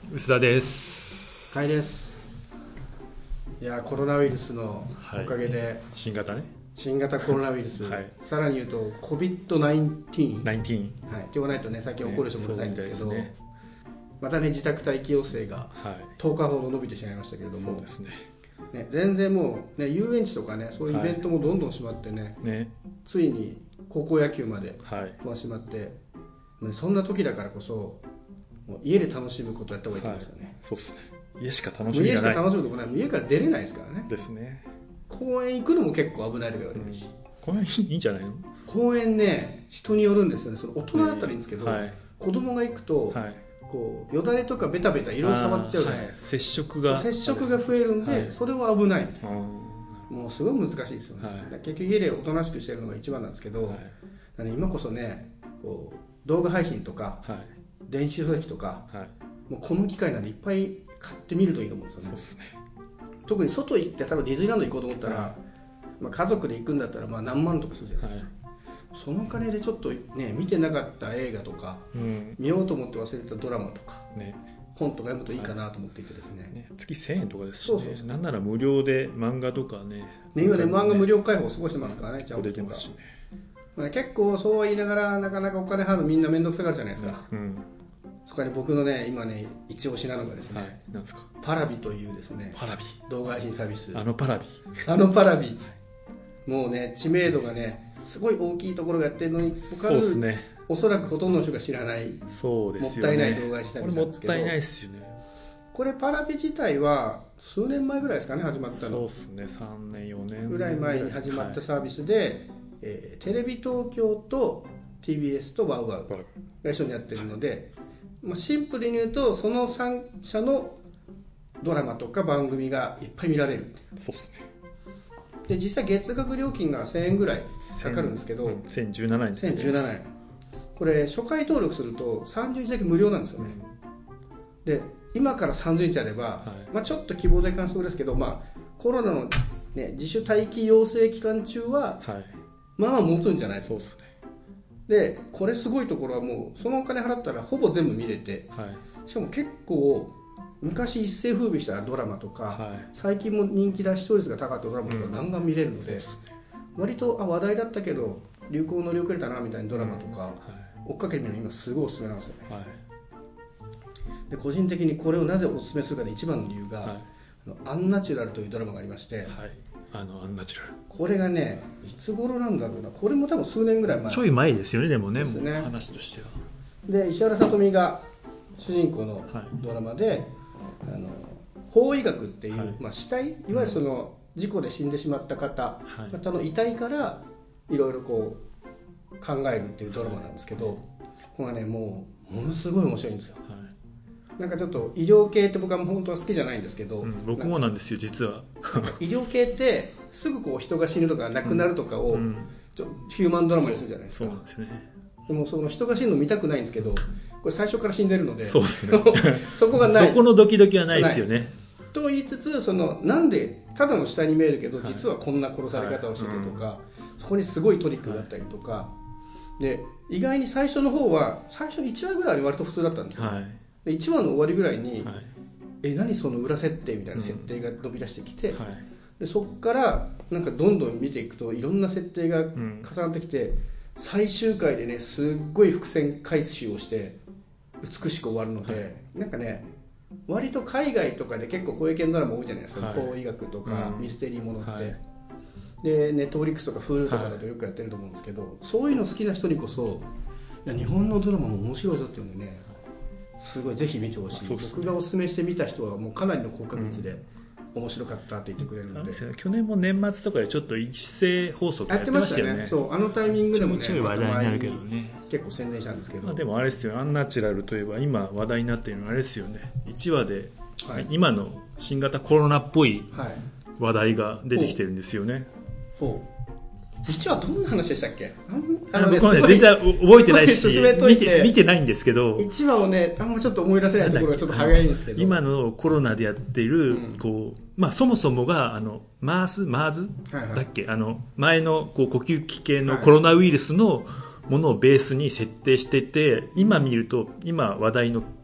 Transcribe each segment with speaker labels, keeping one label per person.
Speaker 1: 薄田です。
Speaker 2: かいです。いやコロナウイルスのおかげで、はい、
Speaker 1: 新型
Speaker 2: コロナウイルス、はい、さらに言うと COVID-19、はい、今日はないとね最近起こる人もうるさいんですけど、ね、またね自宅待機要請が10日ほど伸びてしまいましたけれども、
Speaker 1: そうですね。
Speaker 2: ね、全然もう、ね、遊園地とかねそういうイベントもどんどん閉まってね、ついに高校野球まで閉まって、そんな時だからこそもう家で楽しむことをやった方がいいと思うんですよね。
Speaker 1: そうですね。家しか楽しみがない。
Speaker 2: 家しか楽しむとこない。家から出れないですからね。
Speaker 1: ですね。
Speaker 2: 公園行くのも結構危ないとか言われるし、
Speaker 1: 公園いいんじゃないの？
Speaker 2: 公園ね人によるんですよね。その大人だったらいいんですけど、子供が行くと、こうよだれとかベタベタいろいろ触っちゃうじゃないですか。
Speaker 1: 接触が
Speaker 2: 増えるんで、それは危ないみたいな。もうすごい難しいですよね。結局家でおとなしくしてるのが一番なんですけど、今こそねこう動画配信とか、電子書籍とか、もうこの機会なんでいっぱい買ってみるといいと思うんですよね。
Speaker 1: そうですね。
Speaker 2: 特に外行って多分ディズニーランド行こうと思ったら、家族で行くんだったら何万とかするじゃないですか、その金でちょっとね見てなかった映画とか、見ようと思って忘れたドラマとか、本とか読むといいかなと思っていてですね、
Speaker 1: 月1000円とかですしね。なんなら無料で漫画とかね、
Speaker 2: 今ね漫画無料開放過ごしてますからね、
Speaker 1: ちゃんと出てますしね。
Speaker 2: 結構そうは言いながらなかなかお金払うのみんな面倒くさがるじゃないですか、そこに僕のね今ね一押しなのがですね、
Speaker 1: なんですか？
Speaker 2: パラビというですね、動画配信サービス。
Speaker 1: あのパラビ
Speaker 2: もうね知名度がねすごい大きいところがやってるのに他の、おそらくほとんどの人が知らない、
Speaker 1: そうですよね、
Speaker 2: もったいない動画配信サービスなんですけど、
Speaker 1: これもったいないですよね。
Speaker 2: これパラビ自体は数年前ぐらいですかね始まったの。
Speaker 1: そうですね、3年4年
Speaker 2: ぐらい前に始まったサービスで、テレビ東京と TBS とワウワウが一緒にやってるので、シンプルに言うとその3社のドラマとか番組がいっぱい見られる。
Speaker 1: そうですね。
Speaker 2: で実際月額料金が1000円ぐらいかかるんですけど、
Speaker 1: 1017円
Speaker 2: 1017円。これ初回登録すると30日だけ無料なんですよね、で今から30日あれば、ちょっと希望的観測ですけど、コロナの、自主待機要請期間中は、持つんじゃないですか。
Speaker 1: そうですね。
Speaker 2: でこれすごいところはもうそのお金払ったらほぼ全部見れて、しかも結構昔一世風靡したドラマとか、最近も人気だ視聴率が高かったドラマとかガンガン見れるので、割と話題だったけど流行乗り遅れたなみたいなドラマとか、追っかけてみるの今すごいおすすめなんですよね、で個人的にこれをなぜおすすめするかで一番の理由が、アンナチュラルというドラマがありまして、
Speaker 1: アンナチュラル、
Speaker 2: これがねいつ頃なんだろうな、これも多分数年ぐらい前、
Speaker 1: ちょい前ですよね。でもね、
Speaker 2: もう
Speaker 1: 話としては
Speaker 2: で石原さとみが主人公のドラマで、法医学っていう、死体、いわゆるその事故で死んでしまった方の遺体からいろいろこう考えるっていうドラマなんですけど、これはねものすごい面白いんですよ、なんかちょっと医療系って僕は本当は好きじゃないんですけど、
Speaker 1: 僕もなんですよ実は。
Speaker 2: 医療系ってすぐこう人が死ぬとか亡くなるとかを、ヒューマンドラマにするじゃないですか。
Speaker 1: そうなんですよね。
Speaker 2: でもその人が死ぬの見たくないんですけど、これ最初から死んでるので、
Speaker 1: そうですね。
Speaker 2: そこがない。
Speaker 1: そこのドキドキはないですよね。
Speaker 2: と言いつつ、なんでただの死体に見えるけど、実はこんな殺され方をしててとか、そこにすごいトリックがあったりとか、で意外に最初の方は最初1話ぐらいは割と普通だったんですよ、で1話の終わりぐらいに、何その裏設定みたいな設定が飛び出してきて、でそこからなんかどんどん見ていくといろんな設定が重なってきて、最終回でねすっごい伏線回収をして美しく終わるので、なんかね割と海外とかで結構こういう系のドラマ多いじゃないですか、法医学とかミステリーものって、でネットフリックスとか Hulu とかだとよくやってると思うんですけど、そういうの好きな人にこそいや日本のドラマも面白いぞっていうのでね、すごいぜひ見てほしい、僕がおすすめして見た人はもうかなりの高確率で面白かったって言ってくれるので、
Speaker 1: 去年も年末とかでちょっと一斉放送やってましたよね。
Speaker 2: そうあのタイミングでもね
Speaker 1: ちょい話題になるけどね、
Speaker 2: 結構宣伝したんですけど、
Speaker 1: でもあれですよ、アンナチュラルといえば今話題になっているのはあれですよね、1話で、今の新型コロナっぽい話題が出てきてるんですよね。
Speaker 2: 1話どんな話でしたっけ？
Speaker 1: 僕はね全然覚えてないし見てないんですけど、
Speaker 2: 1話をねあんまちょっと思い出せないところがちょっと早いんですけど、
Speaker 1: 今のコロナでやっている、こうそもそもがマーズだっけ、前のこう呼吸器系のコロナウイルスのものをベースに設定してて、今見ると今話題の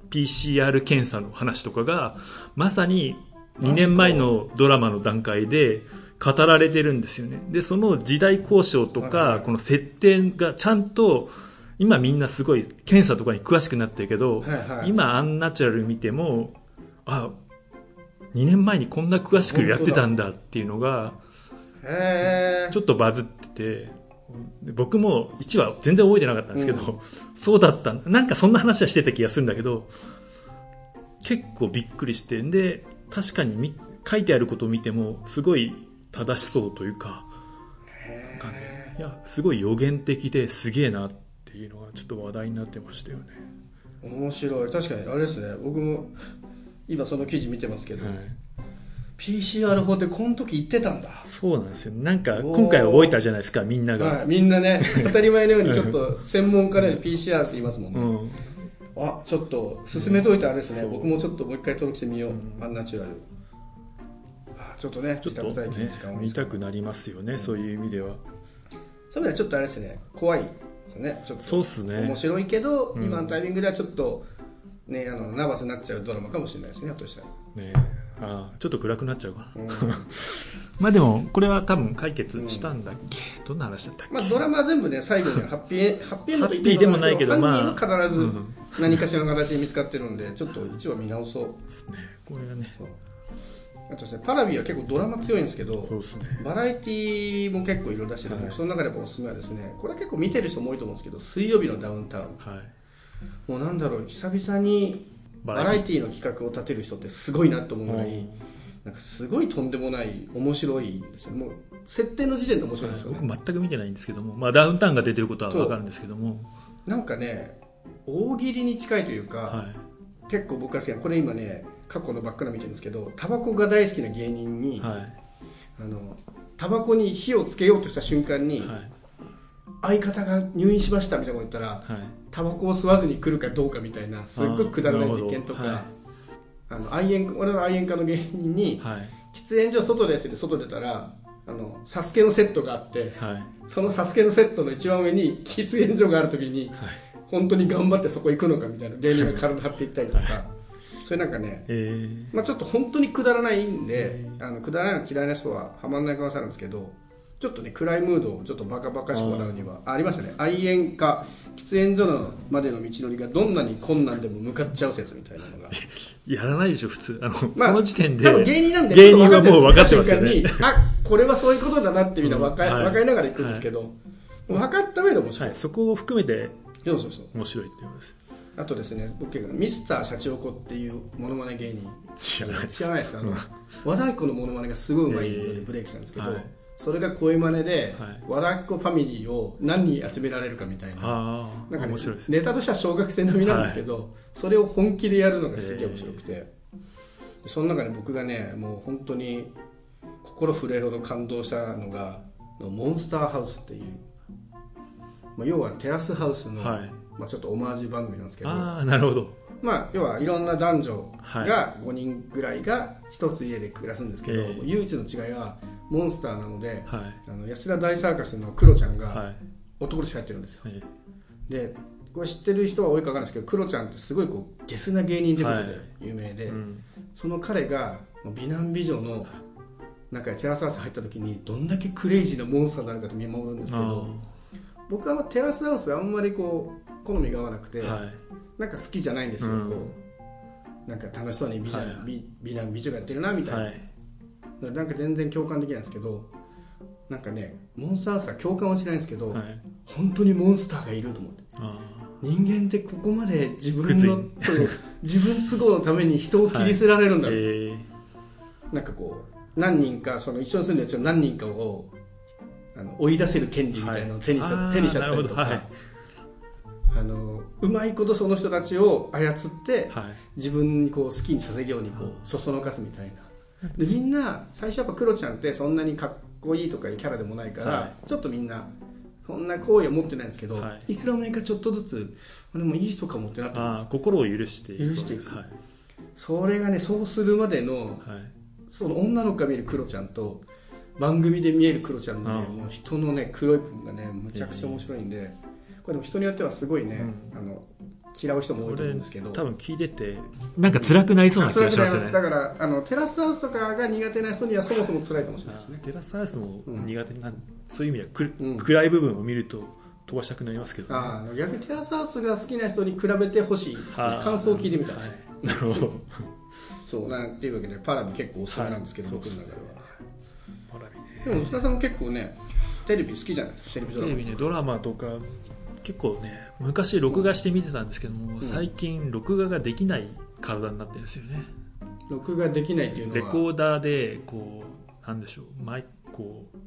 Speaker 1: PCR 検査の話とかがまさに2年前のドラマの段階で語られてるんですよね。でその時代交渉とかこの設定がちゃんと今みんなすごい検査とかに詳しくなってるけど、今アンナチュラル見ても2年前にこんな詳しくやってたんだっていうのがちょっとバズってて、僕も1話全然覚えてなかったんですけど、そうだったなんかそんな話はしてた気がするんだけど、結構びっくりして、で確かに書いてあることを見てもすごい正しそうというか、いやすごい予言的ですげえなっていうのがちょっと話題になってましたよね。
Speaker 2: 面白い。確かにあれですね、僕も今その記事見てますけど、PCR 法ってこの時言ってたんだ。
Speaker 1: そうなんですよ。なんか今回覚えたじゃないですか、みんなが、
Speaker 2: みんなね当たり前のようにちょっと専門家で PCR って言いますもんね、ちょっと進めといてあれですね、僕もちょっともう一回登録してみよう、アンナチュラル。ちょっとね、
Speaker 1: ちょっとね見たくなりますよね、そういう意味では。
Speaker 2: そういう意味ではちょっとあれですね、怖いですね。ちょっと
Speaker 1: そうっすね、
Speaker 2: 面白いけど、今のタイミングではちょっとね、ナーバスになっちゃうドラマかもしれないですね、ひょっとしたらね。
Speaker 1: ちょっと暗くなっちゃうかな、まあでもこれは多分解決したんだっけ、どんな話だったっけ。
Speaker 2: ドラマは全部ね、最後にハッピーエンドと言って
Speaker 1: ハッピーでもないけど、
Speaker 2: 犯人は必ず何かしらの形で見つかってるんで、ちょっと1話見直そう
Speaker 1: ですね、これはね。
Speaker 2: あとですね、パラビは結構ドラマ強いんですけど、
Speaker 1: そうですね、
Speaker 2: バラエティーも結構いろいろ出してるんで、その中でおすすめはですね、これは結構見てる人も多いと思うんですけど、水曜日のダウンタウン、もうなんだろう、久々にバラエティーの企画を立てる人ってすごいなと思うぐらい、なんかすごいとんでもない面白いですよ。もう設定の時点で面白いですよね。
Speaker 1: 僕全く見てないんですけども、ダウンタウンが出てることは分かるんですけども、
Speaker 2: なんかね、大喜利に近いというか、結構僕が好きな、これ今ね過去のばっかり見てるんですけど、タバコが大好きな芸人に、タバコに火をつけようとした瞬間に、相方が入院しましたみたいなこと言ったら、タバコを吸わずに来るかどうかみたいなすっごいくだらない実験とか、俺は愛煙家の芸人に、喫煙所外ですって外出たらサスケのセットがあって、そのサスケのセットの一番上に喫煙所がある時に、本当に頑張ってそこ行くのかみたいな芸人が体張っていったりとか、それなんかね、ちょっと本当にくだらないんで、くだらないの嫌いな人はハマんない可能性あるんですけど、ちょっとね暗いムードをちょっとバカバカしく笑うにはありましたね。愛煙家喫煙所のまでの道のりがどんなに困難でも向かっちゃう説みたいなのが
Speaker 1: やらないでしょ普通。その時点で
Speaker 2: 多分芸人なんで
Speaker 1: 芸人はもう分かってますよね。
Speaker 2: これはそういうことだなってみんな分かりながら行くんですけど、分かった上で面白い、
Speaker 1: そこを含めて
Speaker 2: 面
Speaker 1: 白いっていうことです。
Speaker 2: あとですね、僕ミスターシャチホコっていうモノマネ芸人
Speaker 1: 知らないです
Speaker 2: 和太鼓のモノマネがすごい上手いのでブレイクしたんですけど、それが声真似で、和太鼓ファミリーを何人集められるかみたいな、なんかね、ネタとしては小学生並みなんですけど、それを本気でやるのがすげえ面白くて、その中で僕がね、もう本当に心震えるほど感動したのがモンスターハウスっていう、要はテラスハウスの、ちょっとオマージュ番組なんですけど、
Speaker 1: なるほど。
Speaker 2: 要はいろんな男女が5人ぐらいが一つ家で暮らすんですけど、唯一の違いはモンスターなので、安田大サーカスのクロちゃんが男として入ってるんですよ、でこれ知ってる人は多いか分かんないですけど、クロちゃんってすごいゲスな芸人ということで有名で、その彼が美男美女の中にテラスハウス入った時にどんだけクレイジーなモンスターなのかと見守るんですけど、僕はテラスハウスあんまり好みが合わなくて、なんか好きじゃないんですよ、なんか楽しそうに美男美女がやってるなみたいな、なんか全然共感できないんですけど、なんかね、モンスターハウスは共感はしないんですけど、本当にモンスターがいると思って、人間ってここまで自分都合のために人を切り捨てられるんだろう、なんか何人か一緒に住んでる人何人かを追い出せる権利みたいなのを手にしちゃったりとか、うまいことその人たちを操って、自分に好きにさせるようにそそのかすみたいな。でみんな最初やっぱクロちゃんってそんなにかっこいいとかいうキャラでもないから、ちょっとみんなそんな好意を持ってないんですけど、いつの間にかちょっとずつでもいい人かもってなってます。
Speaker 1: 心を許していく、
Speaker 2: それがね、そうするまでの、その女の子が見るクロちゃんと番組で見えるクロちゃんのね、もう人のね黒い部分がねむちゃくちゃ面白いんで、これでも人によってはすごいね、 嫌う人も多いと思うんですけど、
Speaker 1: 多分聞いててなんか辛くなりそうな気がしますよね。
Speaker 2: だからテラスハウスとかが苦手な人にはそもそも辛いかもしれないですね。
Speaker 1: テラスハウスも苦手な、そういう意味では暗い部分を見ると飛ばしたくなりますけど、ね、
Speaker 2: 逆にテラスハウスが好きな人に比べてほしいですね。感想を聞いてみたら、
Speaker 1: なるほど
Speaker 2: そうなんていうわけでパラビ結構おすすめなんですけど、僕の中では
Speaker 1: パラビね。
Speaker 2: でも須田さんも結構ねテレビ好きじゃないですか。テレビ
Speaker 1: ね、ドラマとか結構ね昔録画して見てたんですけども、最近録画ができない体になってるんですよね。
Speaker 2: 録画できないっていうのは
Speaker 1: レコーダーでこうなんでしょう、こう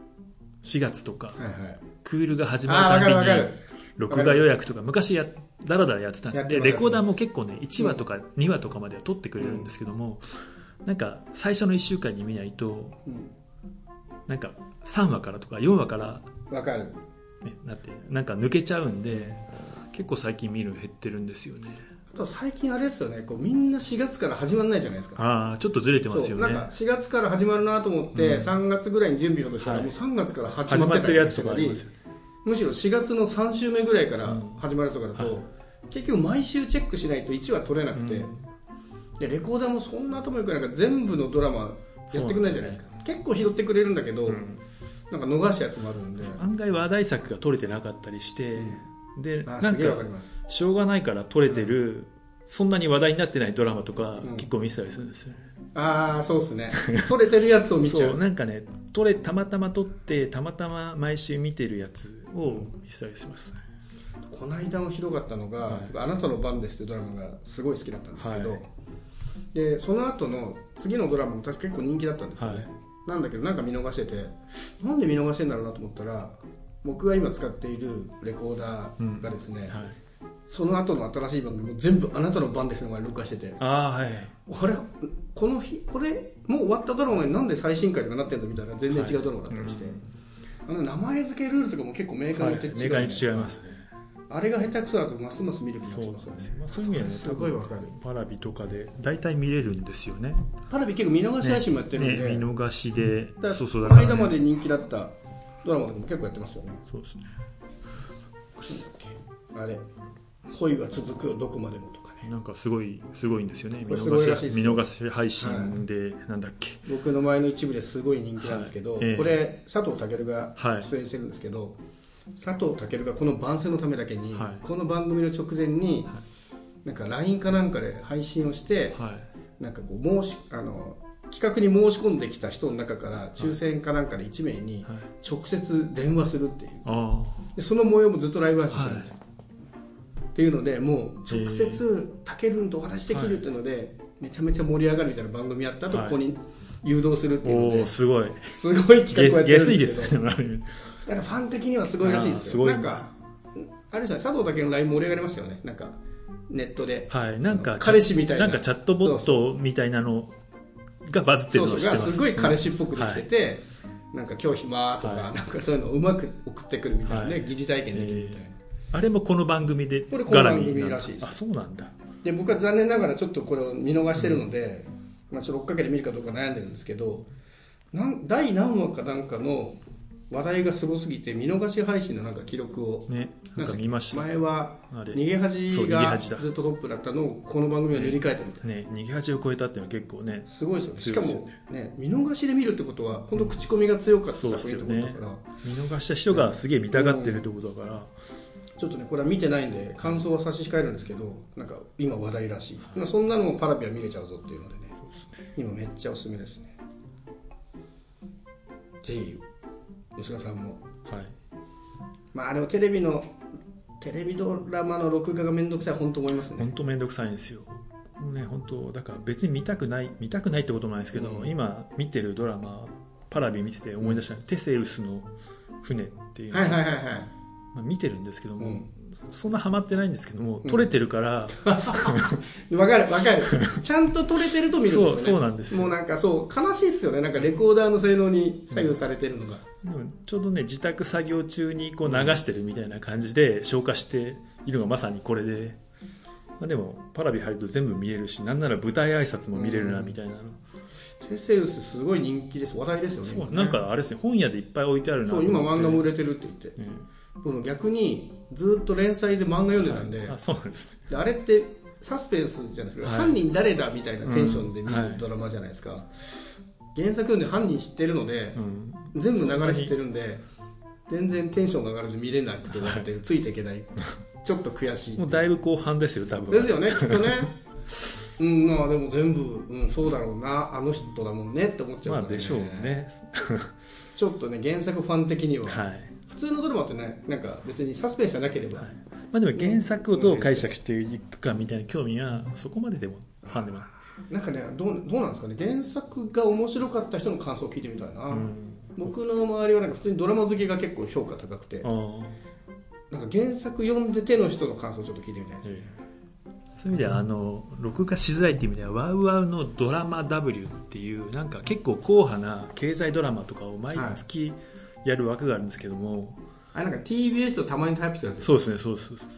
Speaker 1: 4月とか、クールが始まるたびに録画予約とか昔だらだらやってたんです。でレコーダーも結構ね1話とか2話とかまでは撮ってくれるんですけども、なんか最初の1週間に見ないと、なんか3話からとか4話から
Speaker 2: 分かる、
Speaker 1: ね、なんか抜けちゃうんで結構最近見るの減ってるんですよね。
Speaker 2: あと最近あれですよね、こうみんな4月から始まらないじゃないですか。
Speaker 1: ちょっとずれてますよね。
Speaker 2: なんか4月から始まるなと思って、3月ぐらいに準備をとしたら、もう3月から始まってたりやつとかり、むしろ4月の3週目ぐらいから始まるとかだと、結局毎週チェックしないと1話取れなくて、でレコーダーもそんな頭よくなんか全部のドラマやってくれないじゃないですか。結構拾ってくれるんだけど、なんか逃したやつもあるんで、
Speaker 1: 案外話題作が取れてなかったりして、でなんかしょうがないから撮れてる、そんなに話題になってないドラマとか、結構見てたりするんですよね。
Speaker 2: そうですね撮れてるやつを見ちゃう。
Speaker 1: そうなんかねたまたま撮ってたまたま毎週見てるやつを見てたりしますね。
Speaker 2: この間もひどかったのが、あなたの番ですっていうドラマがすごい好きだったんですけど、でその後の次のドラマも確か結構人気だったんですよね、なんだけどなんか見逃してて、なんで見逃してんだろうなと思ったら、僕が今使っているレコーダーがですね、その後の新しい番組も全部あなたの番ですの前に録画してて、あれこの日これもう終わったドラマになんで最新回とかなってんのみたいな、全然違うドラマだったりして、名前付けルールとかも結構メーカーによって違う、
Speaker 1: メーカーに違いますね。
Speaker 2: あれが下手くそだとますます見る気がしますよね。
Speaker 1: そういう意味ではね、
Speaker 2: すごいわかる。
Speaker 1: パラビとかで大体見れるんですよね。
Speaker 2: パラビ結構見逃し配信もやってるんで、
Speaker 1: 見逃しで、
Speaker 2: この間まで人気だったドラマとかも結構やってますよね。
Speaker 1: そうですね。
Speaker 2: あれ恋は続くよどこまでもとかね、
Speaker 1: なんかすごいんですよね。見逃し配信で、なんだっけ、
Speaker 2: 僕の前の一部ですごい人気なんですけど、これ佐藤健が出演してるんですけど、佐藤健がこの番宣のためだけに、この番組の直前に、なんか LINE かなんかで配信をして、なんかこう企画に申し込んできた人の中から抽選かなんかで1名に直接電話するっていう、でその模様もずっとライブ配信してるんですよ、っていうのでもう直接たけるんとお話できるっていうので、めちゃめちゃ盛り上がるみたいな番組やったと、ここに誘導するっていうので、すごい企画をやってるんですけど、だからファン的にはすごいらしいですよ。なんかあれですね、佐藤健の LINE 盛り上がりましたよね。なんかネットで、なんか彼氏みたいな、
Speaker 1: なんかチャットボットみたいなのがバズってるのを知ってます。
Speaker 2: すごい彼氏っぽくできてて、なんか今日暇とか、なんかそういうのをうまく送ってくるみたいなね、疑似体験できるみたいな。
Speaker 1: あれもこの番組で、
Speaker 2: これこの番組らしいです。
Speaker 1: そうなんだ。
Speaker 2: で僕は残念ながらちょっとこれを見逃してるので、ちょっと追っかけて見るかどうか悩んでるんですけど、第何話かなんかの話題がすごすぎて見逃し配信のなんか記録を、
Speaker 1: なんか見ました。
Speaker 2: 前は逃げ恥がずっとトップだったのをこの番組は塗り替えたみたいな、
Speaker 1: 逃げ恥を超えたっていうのは結構ね
Speaker 2: すごいですよね。しかもね、見逃しで見るってことは本当口コミが強かった作品ってことだから、
Speaker 1: 見逃した人がすげえ見たがってるってことだから、
Speaker 2: ちょっとねこれは見てないんで感想は差し控えるんですけど、なんか今話題らしい、そんなのもパラビは見れちゃうぞっていうのでね、今めっちゃおすすめですね。ぜひ吉田さんも、でもテレビドラマの録画がめんどくさい、本当思いますね。
Speaker 1: 本当めんどくさいんですよね。本当だから別に見たくないってこともないですけど、今見てるドラマパラビ見てて思い出した、テセウスの船っていうの、見てるんですけども、そんなハマってないんですけども、撮れてるから
Speaker 2: わかるちゃんと撮れてると見るんですよね。
Speaker 1: そうなんですよ。
Speaker 2: もうなんか悲しいっすよね。なんかレコーダーの性能に左右されてるのが、
Speaker 1: でもちょうどね自宅作業中にこう流してるみたいな感じで消化しているのがまさにこれで、でもパラビ入ると全部見れるし、なんなら舞台挨拶も見れるなみたいなの、
Speaker 2: テセウスすごい人気です、話題ですよね。
Speaker 1: なんかあれですね、本屋でいっぱい置いてあるな。
Speaker 2: 今漫画も売れてるって言って、 僕逆にずっと連載で漫画読んでたんで、
Speaker 1: あ、そうなんですね。
Speaker 2: であれってサスペンスじゃないですか、犯人誰だみたいなテンションで見
Speaker 1: はい
Speaker 2: るドラマじゃないですか、原作読んで犯人知ってるので、全部流れ知ってるんで全然テンションが上がらず見れなくてなってついていけないちょっと悔しい。
Speaker 1: もうだいぶ後半ですよ多分。
Speaker 2: ですよね、きっとねまあでも全部、そうだろうな、あの人だもんねって思っちゃうからね。
Speaker 1: まあでしょうね
Speaker 2: ちょっとね、原作ファン的には、
Speaker 1: はい、
Speaker 2: 普通のドラマってね、なんか別にサスペンスじゃなければ、
Speaker 1: はい、まあ、でも原作をどう解釈していくかみたいな興味はそこまででもファンでも
Speaker 2: なんかね、どうなんですかね、原作が面白かった人の感想を聞いてみたいな、僕の周りはなんか普通にドラマ好きが結構評価高くて、なんか原作読んでての人の感想をちょっと聞いてみたいですね。
Speaker 1: そういう意味では録画しづらいっていう意味ではワウワウのドラマ W っていうなんか結構硬派な経済ドラマとかを毎月やる枠があるんですけども、
Speaker 2: はい、なんか TBS とたまにタイプするやつです。
Speaker 1: そうですね、そうですそうです。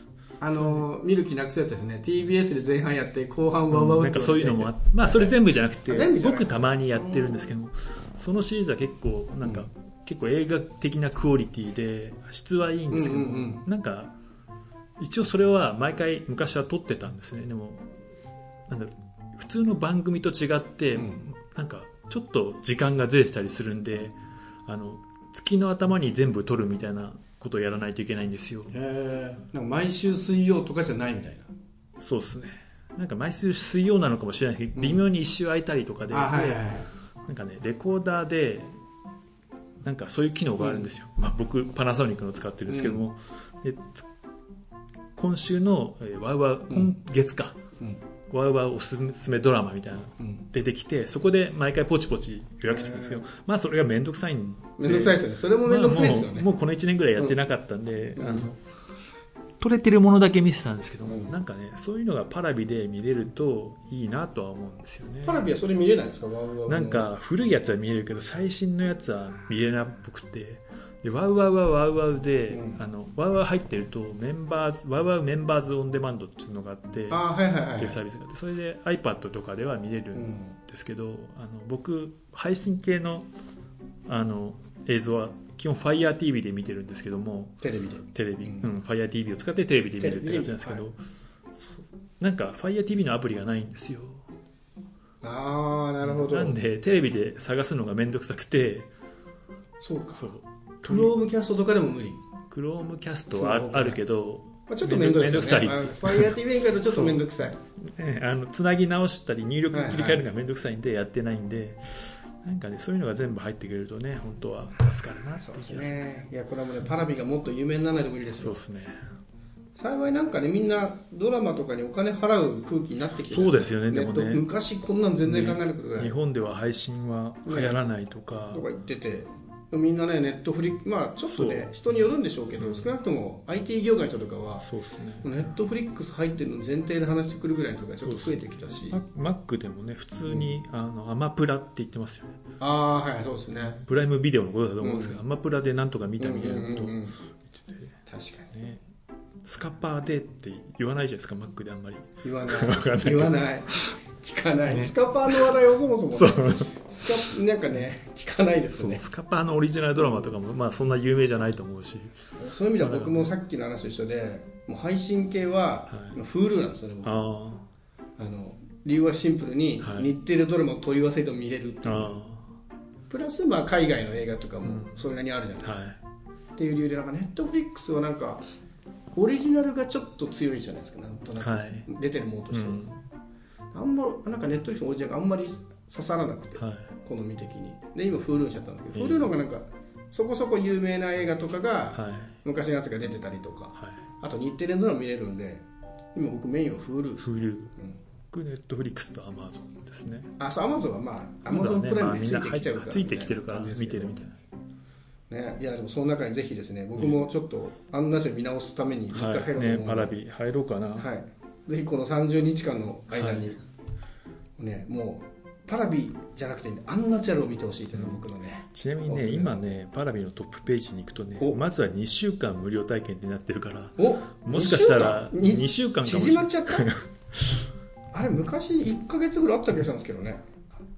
Speaker 2: 見る気なくすやつですね。 TBS で前半やって後半ワウワウって、
Speaker 1: なんかそういうのもまあそれ全部じゃなくて
Speaker 2: ご
Speaker 1: くたまにやってるんですけども、そのシリーズは結構なんか、結構映画的なクオリティで質はいいんですけども、なんか一応それは毎回昔は撮ってたんですね。でもなんだろう、普通の番組と違って、なんかちょっと時間がずれてたりするんで、月の頭に全部撮るみたいなことをやらないといけないんですよ。
Speaker 2: なんか毎週水曜とかじゃないみたいな。
Speaker 1: そうですね、なんか毎週水曜なのかもしれないけど、微妙に一周空いたりとかで、なんかねレコーダーでなんかそういう機能があるんですよ。まあ、僕パナソニックの使ってるんですけども、で今週のワウワウ、今月か、ワウワウおすすめドラマみたいなの出てきて、そこで毎回ポチポチ予約してるんですけど、まあそれがめんどくさいんで、
Speaker 2: めんどくさいですよね。それもめんどくさいですよね。
Speaker 1: もうこの1年ぐらいやってなかったんで、撮れてるものだけ見てたんですけども、なんかねそういうのがパラビで見れるといいなとは思うんですよね。
Speaker 2: パラビはそれ見れないんですか？ワウワウ
Speaker 1: なんか古いやつは見れるけど最新のやつは見れなっぽくて、でワウワウはワウワウで、ワウワウ入ってるとワウワウメンバーズオンデマンドっていうのがあって、っていうサービスがあって、それで iPad とかでは見れるんですけど、僕配信系の映像は基本 FireTV で見てるんですけども、
Speaker 2: テレビ、
Speaker 1: FireTV を使ってテレビで見るって感じなんですけど、なんか FireTV のアプリがないんですよ。
Speaker 2: なるほど。
Speaker 1: なんでテレビで探すのがめんどくさくて、
Speaker 2: そうか、クロームキャストとかでも無理。
Speaker 1: クロームキャストはあるけど、
Speaker 2: ちょっとめんどくさい。FireTV 以外だとちょっとめんどくさい。
Speaker 1: つなぎ直したり入力切り替えるのがめんどくさいんでやってないんで、なんかねそういうのが全部入ってくれるとね本当は助かるなって気がする。
Speaker 2: いやこれはもうねパラビがもっと有名にならないと無理ですよ。
Speaker 1: そうですね。
Speaker 2: 幸いなんかねみんなドラマとかにお金払う空気になってきて、
Speaker 1: そうですよね。でもね
Speaker 2: 昔こんなん全然考えなくてぐらい、
Speaker 1: 日本では配信は流行らないとか、
Speaker 2: 言ってて、みんなねネットフリックス、まあちょっとね人によるんでしょうけど、少なくとも IT 業界の人とかは
Speaker 1: そうですね、
Speaker 2: ネットフリックス入ってるの前提で話してくるぐらいの人がちょっと増えてきたし、
Speaker 1: Mac でもね普通にアマプラって言ってますよね。
Speaker 2: はいそうですね。
Speaker 1: プライムビデオのことだと思うんですけど、アマプラでなんとか見たみたいなことを言ってて、
Speaker 2: 確かにね。
Speaker 1: スカパーでって言わないじゃないですか、Mac であんまり
Speaker 2: 言わない聞かない、スカパーの話題をそもそも、なんかね聞かないですね。
Speaker 1: スカパーのオリジナルドラマとかもまあそんな有名じゃないと思うし、
Speaker 2: そういう意味では僕もさっきの話と一緒で、もう配信系は Hulu なんですよね。理由はシンプルに日テレドラマを取り忘れても見れるっていう、プラスまあ海外の映画とかもそれなりにあるじゃないですか、っていう理由で、なんかネットフリックスはなんかオリジナルがちょっと強いじゃないですか、なんとなく、出てるものとして、あんまなんかネットフリックスのオリジナルがあんまり刺さらなくて、好み的にで今 Hulu にしちゃったんだけど、Hulu の方がなんかそこそこ有名な映画とかが、昔のやつが出てたりとか、あと日テレのドラマ見れるんで、今僕メインは Hulu です。
Speaker 1: ネットフリックスと Amazon ですね。
Speaker 2: そう Amazon はまあ Amazon プライムでついてきちゃうから、
Speaker 1: ついてきてるから見てるみたいな。
Speaker 2: いやでもその中にぜひですね、僕もちょっと案内書見直すために一回入ろうと思うので、
Speaker 1: パラビ入ろうかな。
Speaker 2: ぜひこの30日間の間に、もうパラビじゃなくて、アンナチュラルを見てほしいというのが僕のね。
Speaker 1: ちなみにね、今ねパラビのトップページに行くとね、まずは2週間無料体験ってなってるから、もしかしたら2週間かもしれない。
Speaker 2: 縮まっちゃったあれ昔1ヶ月ぐらいあった気がしたんですけどね。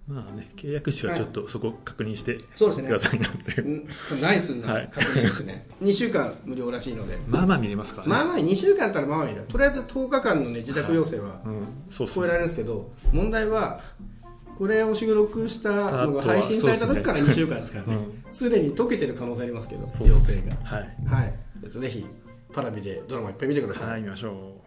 Speaker 1: まあね、契約士はちょっとそこ確認して
Speaker 2: そうですね
Speaker 1: くださいなという。
Speaker 2: ナイスな確認ですね。2週間無料らしいので。
Speaker 1: まあまあ見れますからね。
Speaker 2: まあまあ2週間だったらまあまあ見れる。とりあえず10日間のね、自宅要請は
Speaker 1: そうっすね
Speaker 2: 超えられるんですけど、問題は、これを収録したのが配信された時から2週間ですからね。すでに解けてる可能性ありますけど、要請が。
Speaker 1: はい。
Speaker 2: はい。ぜひ、パラビでドラマいっぱい見てください。
Speaker 1: はい、見ましょう。